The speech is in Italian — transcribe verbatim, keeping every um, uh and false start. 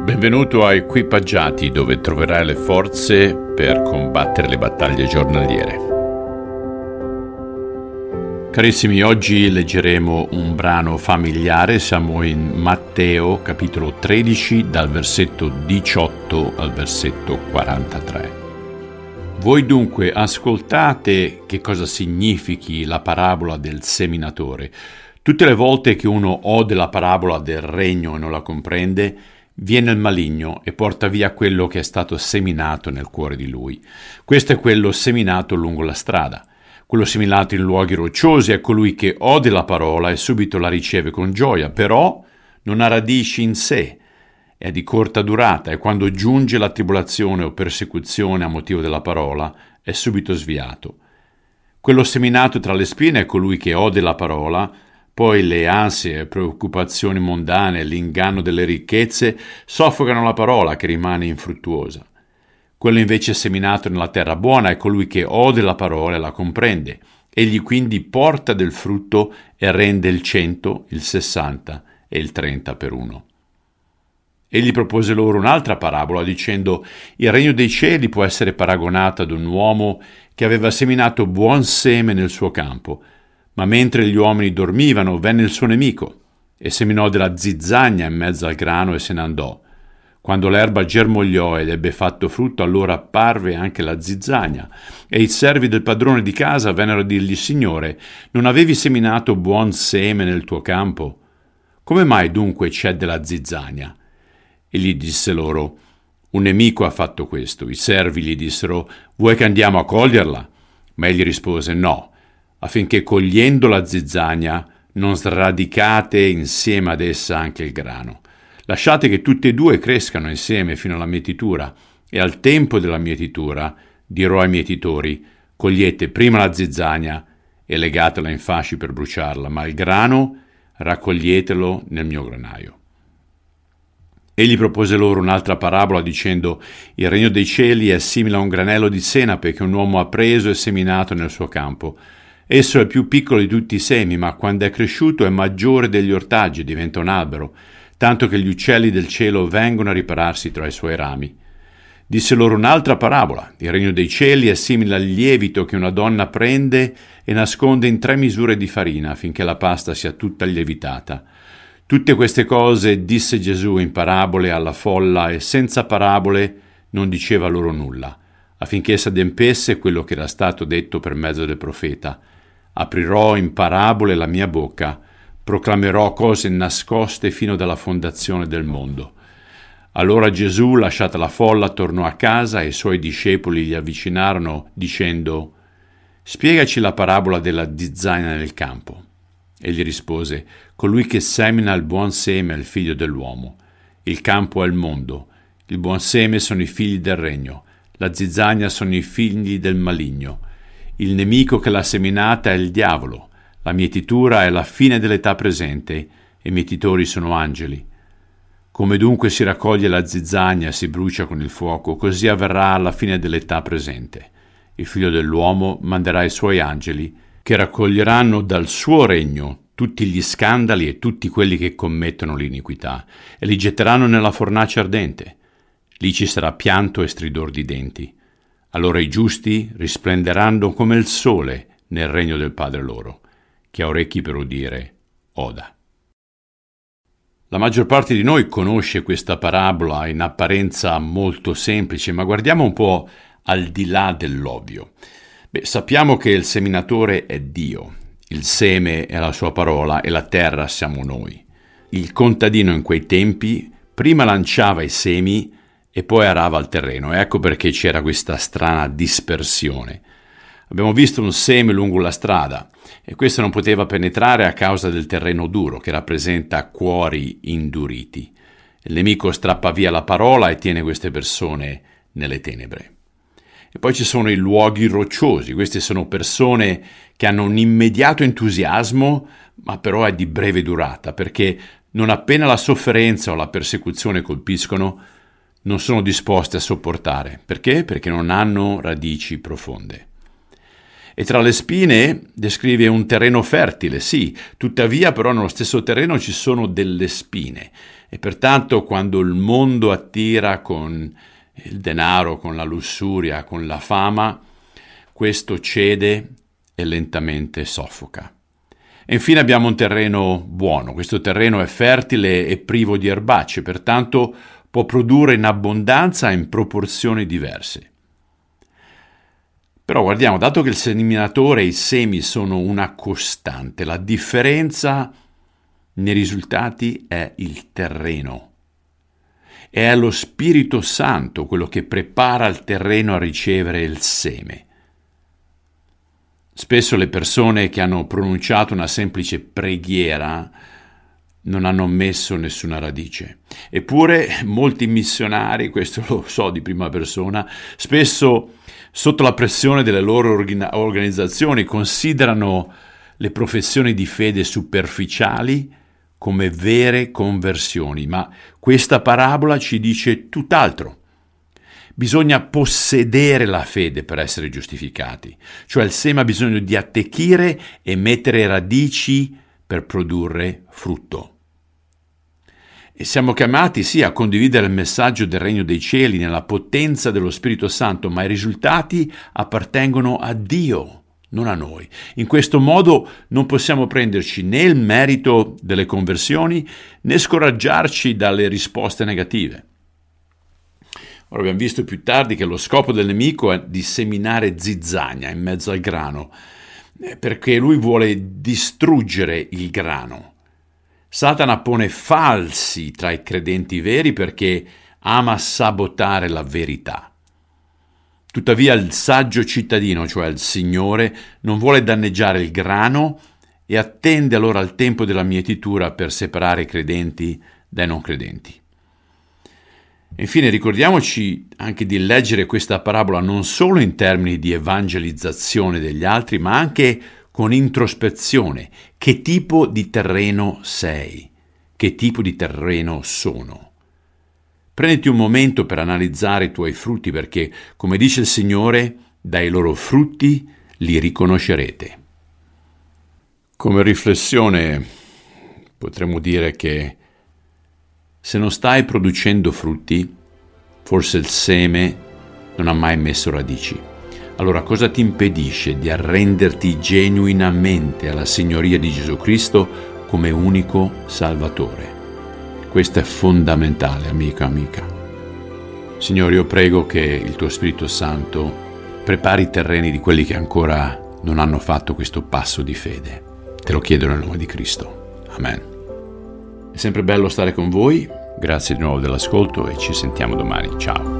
Benvenuto a Equipaggiati, dove troverai le forze per combattere le battaglie giornaliere. Carissimi, oggi leggeremo un brano familiare. Siamo in Matteo, capitolo tredici, dal versetto diciotto al versetto quarantatré. Voi dunque ascoltate che cosa significhi la parabola del seminatore. Tutte le volte che uno ode la parabola del regno e non la comprende, viene il maligno e porta via quello che è stato seminato nel cuore di lui. Questo è quello seminato lungo la strada. Quello seminato in luoghi rocciosi è colui che ode la parola e subito la riceve con gioia, però non ha radici in sé, è di corta durata e quando giunge la tribolazione o persecuzione a motivo della parola è subito sviato. Quello seminato tra le spine è colui che ode la parola, poi le ansie e preoccupazioni mondane e l'inganno delle ricchezze soffocano la parola che rimane infruttuosa. Quello invece seminato nella terra buona è colui che ode la parola e la comprende. Egli quindi porta del frutto e rende il cento, il sessanta e il trenta per uno. Egli propose loro un'altra parabola dicendo: il regno dei cieli può essere paragonato ad un uomo che aveva seminato buon seme nel suo campo. Ma mentre gli uomini dormivano, venne il suo nemico e seminò della zizzania in mezzo al grano e se ne andò. Quando l'erba germogliò ed ebbe fatto frutto, allora apparve anche la zizzania. E i servi del padrone di casa vennero a dirgli: Signore, non avevi seminato buon seme nel tuo campo? Come mai dunque c'è della zizzania? E gli disse loro: un nemico ha fatto questo. I servi gli dissero: vuoi che andiamo a coglierla? Ma egli rispose: no, affinché cogliendo la zizzania non sradicate insieme ad essa anche il grano. Lasciate che tutti e due crescano insieme fino alla mietitura, e al tempo della mietitura dirò ai mietitori: cogliete prima la zizzania e legatela in fasci per bruciarla, ma il grano raccoglietelo nel mio granaio. Egli propose loro un'altra parabola dicendo: il regno dei cieli è simile a un granello di senape che un uomo ha preso e seminato nel suo campo. Esso è il più piccolo di tutti i semi, ma quando è cresciuto è maggiore degli ortaggi e diventa un albero, tanto che gli uccelli del cielo vengono a ripararsi tra i suoi rami. Disse loro un'altra parabola: il regno dei cieli è simile al lievito che una donna prende e nasconde in tre misure di farina affinché la pasta sia tutta lievitata. Tutte queste cose disse Gesù in parabole alla folla e senza parabole non diceva loro nulla, affinché s'adempisse quello che era stato detto per mezzo del profeta: aprirò in parabole la mia bocca, proclamerò cose nascoste fino dalla fondazione del mondo. Allora Gesù, lasciata la folla, tornò a casa e i suoi discepoli gli avvicinarono dicendo: spiegaci la parabola della zizzania nel campo. Egli rispose: colui che semina il buon seme è il figlio dell'uomo. Il campo è il mondo. Il buon seme sono i figli del regno. La zizzania sono i figli del maligno. Il nemico che l'ha seminata è il diavolo. La mietitura è la fine dell'età presente e i mietitori sono angeli. Come dunque si raccoglie la zizzania e si brucia con il fuoco, così avverrà alla fine dell'età presente. Il figlio dell'uomo manderà i suoi angeli, che raccoglieranno dal suo regno tutti gli scandali e tutti quelli che commettono l'iniquità, e li getteranno nella fornace ardente. Lì ci sarà pianto e stridor di denti. Allora i giusti risplenderanno come il sole nel regno del Padre loro. Chi ha orecchi per udire, oda. La maggior parte di noi conosce questa parabola in apparenza molto semplice, ma guardiamo un po' al di là dell'ovvio. Beh, sappiamo che il seminatore è Dio, il seme è la sua parola e la terra siamo noi. Il contadino in quei tempi prima lanciava i semi e poi arava il terreno. Ecco perché c'era questa strana dispersione. Abbiamo visto un seme lungo la strada e questo non poteva penetrare a causa del terreno duro che rappresenta cuori induriti. Il nemico strappa via la parola e tiene queste persone nelle tenebre. E poi ci sono i luoghi rocciosi. Queste sono persone che hanno un immediato entusiasmo, ma però è di breve durata, perché non appena la sofferenza o la persecuzione colpiscono, non sono disposte a sopportare. Perché? Perché non hanno radici profonde. E tra le spine descrive un terreno fertile, sì, tuttavia però nello stesso terreno ci sono delle spine. E pertanto quando il mondo attira con il denaro, con la lussuria, con la fama, questo cede e lentamente soffoca. E infine abbiamo un terreno buono. Questo terreno è fertile e privo di erbacce, pertanto può produrre in abbondanza in proporzioni diverse. Però guardiamo, dato che il seminatore e i semi sono una costante, la differenza nei risultati è il terreno. È lo Spirito Santo quello che prepara il terreno a ricevere il seme. Spesso le persone che hanno pronunciato una semplice preghiera non hanno messo nessuna radice. Eppure molti missionari, questo lo so di prima persona, spesso sotto la pressione delle loro organizzazioni considerano le professioni di fede superficiali come vere conversioni, ma questa parabola ci dice tutt'altro. Bisogna possedere la fede per essere giustificati, cioè il seme ha bisogno di attecchire e mettere radici per produrre frutto. E siamo chiamati sì a condividere il messaggio del Regno dei Cieli nella potenza dello Spirito Santo, ma i risultati appartengono a Dio, non a noi. In questo modo non possiamo prenderci né il merito delle conversioni né scoraggiarci dalle risposte negative. Ora abbiamo visto più tardi che lo scopo del nemico è di seminare zizzania in mezzo al grano, perché lui vuole distruggere il grano. Satana pone falsi tra i credenti veri perché ama sabotare la verità. Tuttavia il saggio cittadino, cioè il Signore, non vuole danneggiare il grano e attende allora il tempo della mietitura per separare i credenti dai non credenti. Infine ricordiamoci anche di leggere questa parabola non solo in termini di evangelizzazione degli altri, ma anche con introspezione. Che tipo di terreno sei? Che tipo di terreno sono? Prenditi un momento per analizzare i tuoi frutti perché, come dice il Signore, dai loro frutti li riconoscerete. Come riflessione potremmo dire che se non stai producendo frutti, forse il seme non ha mai messo radici. Allora cosa ti impedisce di arrenderti genuinamente alla Signoria di Gesù Cristo come unico Salvatore? Questo è fondamentale, amico e amica. Signore, io prego che il tuo Spirito Santo prepari i terreni di quelli che ancora non hanno fatto questo passo di fede. Te lo chiedo nel nome di Cristo. Amen. È sempre bello stare con voi, grazie di nuovo dell'ascolto e ci sentiamo domani. Ciao.